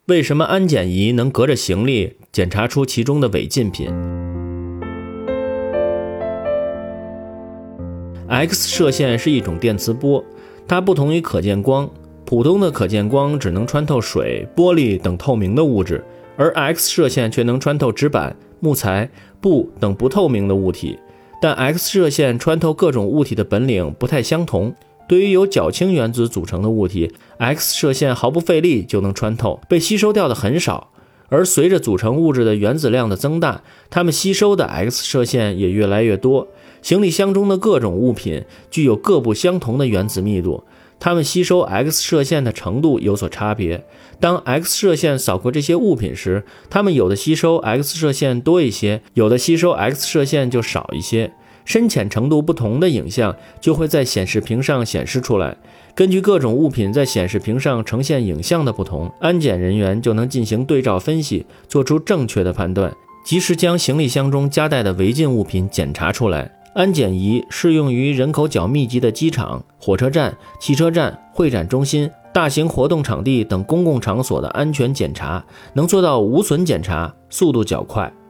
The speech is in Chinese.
为什么安检仪能隔着行李检查出其中的违禁品？ X 射线是一种电磁波，它不同于可见光。普通的可见光只能穿透水、玻璃等透明的物质，而 X 射线却能穿透纸板、木材、布等不透明的物体。但 X 射线穿透各种物体的本领不太相同。对于由较轻原子组成的物体， X 射线毫不费力就能穿透，被吸收掉的很少。而随着组成物质的原子量的增大，它们吸收的 X 射线也越来越多。行李箱中的各种物品具有各不相同的原子密度，它们吸收 X 射线的程度有所差别。当 X 射线扫过这些物品时，它们有的吸收 X 射线多一些，有的吸收 X 射线就少一些。深浅程度不同的影像就会在显示屏上显示出来。根据各种物品在显示屏上呈现影像的不同，安检人员就能进行对照分析，做出正确的判断，及时将行李箱中夹带的违禁物品检查出来。安检仪适用于人口较密集的机场、火车站、汽车站、会展中心、大型活动场地等公共场所的安全检查，能做到无损检查，速度较快。